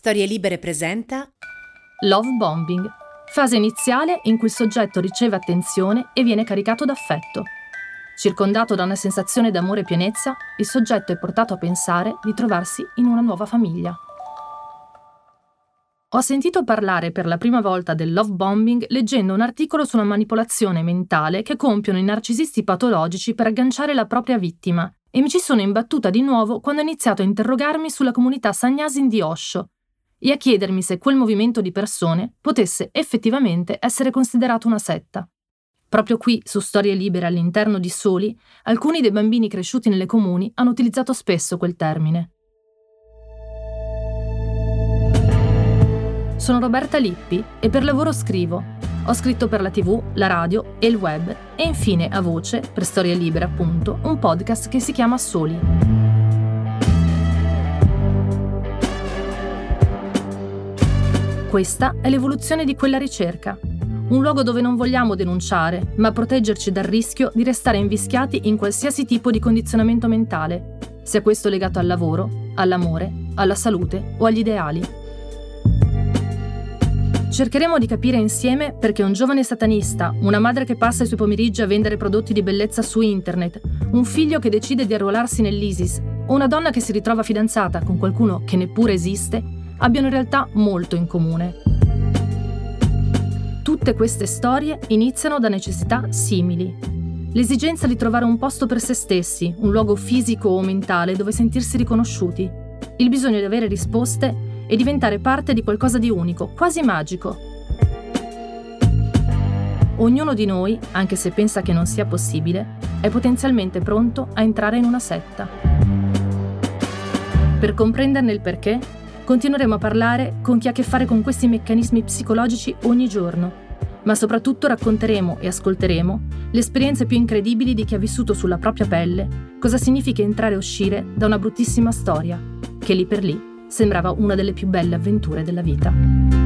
Storie Libere presenta Love bombing, fase iniziale in cui il soggetto riceve attenzione e viene caricato d'affetto. Circondato da una sensazione d'amore e pienezza, il soggetto è portato a pensare di trovarsi in una nuova famiglia. Ho sentito parlare per la prima volta del love bombing leggendo un articolo sulla manipolazione mentale che compiono i narcisisti patologici per agganciare la propria vittima e mi ci sono imbattuta di nuovo quando ho iniziato a interrogarmi sulla comunità Sannyasin di Osho e a chiedermi se quel movimento di persone potesse effettivamente essere considerato una setta. Proprio qui, su Storie Libere all'interno di Soli, alcuni dei bambini cresciuti nelle comuni hanno utilizzato spesso quel termine. Sono Roberta Lippi e per lavoro scrivo. Ho scritto per la TV, la radio e il web e infine a voce, per Storie Libere appunto, un podcast che si chiama Soli. Questa è l'evoluzione di quella ricerca. Un luogo dove non vogliamo denunciare, ma proteggerci dal rischio di restare invischiati in qualsiasi tipo di condizionamento mentale, sia questo legato al lavoro, all'amore, alla salute o agli ideali. Cercheremo di capire insieme perché un giovane satanista, una madre che passa i suoi pomeriggi a vendere prodotti di bellezza su internet, un figlio che decide di arruolarsi nell'ISIS o una donna che si ritrova fidanzata con qualcuno che neppure esiste, abbiano in realtà molto in comune. Tutte queste storie iniziano da necessità simili. L'esigenza di trovare un posto per se stessi, un luogo fisico o mentale dove sentirsi riconosciuti, il bisogno di avere risposte e diventare parte di qualcosa di unico, quasi magico. Ognuno di noi, anche se pensa che non sia possibile, è potenzialmente pronto a entrare in una setta. Per comprenderne il perché, continueremo a parlare con chi ha a che fare con questi meccanismi psicologici ogni giorno, ma soprattutto racconteremo e ascolteremo le esperienze più incredibili di chi ha vissuto sulla propria pelle cosa significa entrare e uscire da una bruttissima storia, che lì per lì sembrava una delle più belle avventure della vita.